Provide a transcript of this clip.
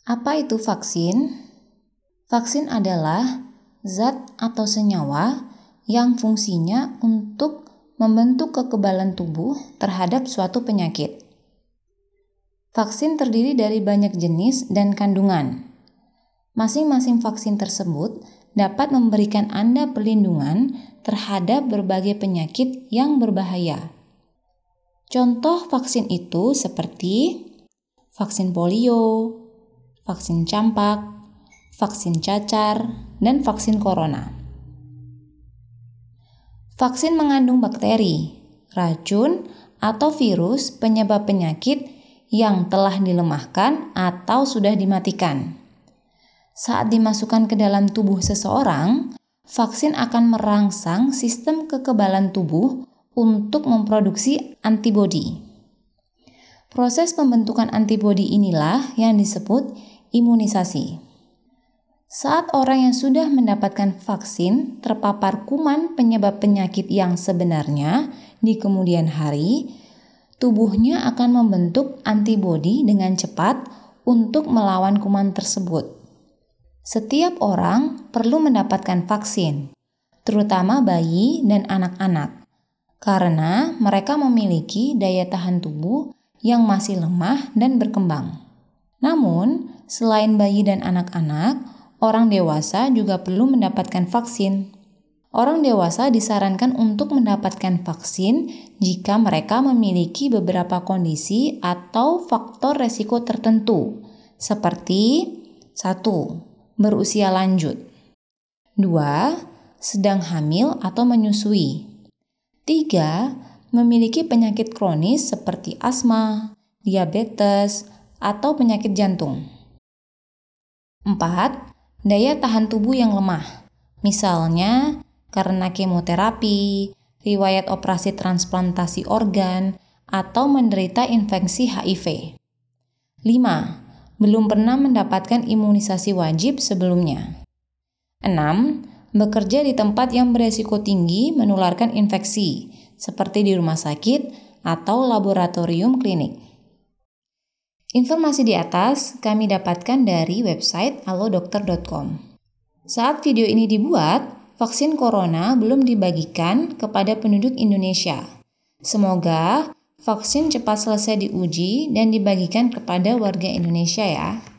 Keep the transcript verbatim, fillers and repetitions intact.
Apa itu vaksin? Vaksin adalah zat atau senyawa yang fungsinya untuk membentuk kekebalan tubuh terhadap suatu penyakit. Vaksin terdiri dari banyak jenis dan kandungan. Masing-masing vaksin tersebut dapat memberikan Anda perlindungan terhadap berbagai penyakit yang berbahaya. Contoh vaksin itu seperti vaksin polio, vaksin campak, vaksin cacar, dan vaksin corona. Vaksin mengandung bakteri, racun, atau virus penyebab penyakit yang telah dilemahkan atau sudah dimatikan. Saat dimasukkan ke dalam tubuh seseorang, vaksin akan merangsang sistem kekebalan tubuh untuk memproduksi antibodi. Proses pembentukan antibodi inilah yang disebut imunisasi. Saat orang yang sudah mendapatkan vaksin terpapar kuman penyebab penyakit yang sebenarnya di kemudian hari, tubuhnya akan membentuk antibodi dengan cepat untuk melawan kuman tersebut. Setiap orang perlu mendapatkan vaksin, terutama bayi dan anak-anak, karena mereka memiliki daya tahan tubuh yang masih lemah dan berkembang. Namun, selain bayi dan anak-anak, orang dewasa juga perlu mendapatkan vaksin. Orang dewasa disarankan untuk mendapatkan vaksin jika mereka memiliki beberapa kondisi atau faktor resiko tertentu, seperti satu. Berusia lanjut, dua. Sedang hamil atau menyusui, tiga. Memiliki penyakit kronis seperti asma, diabetes, atau penyakit jantung, empat. Daya tahan tubuh yang lemah, misalnya karena kemoterapi, riwayat operasi transplantasi organ, atau menderita infeksi H I V. lima. Belum pernah mendapatkan imunisasi wajib sebelumnya. enam. Bekerja di tempat yang beresiko tinggi menularkan infeksi, seperti di rumah sakit atau laboratorium klinik. Informasi di atas kami dapatkan dari website alodokter dot com. Saat video ini dibuat, vaksin corona belum dibagikan kepada penduduk Indonesia. Semoga vaksin cepat selesai diuji dan dibagikan kepada warga Indonesia ya.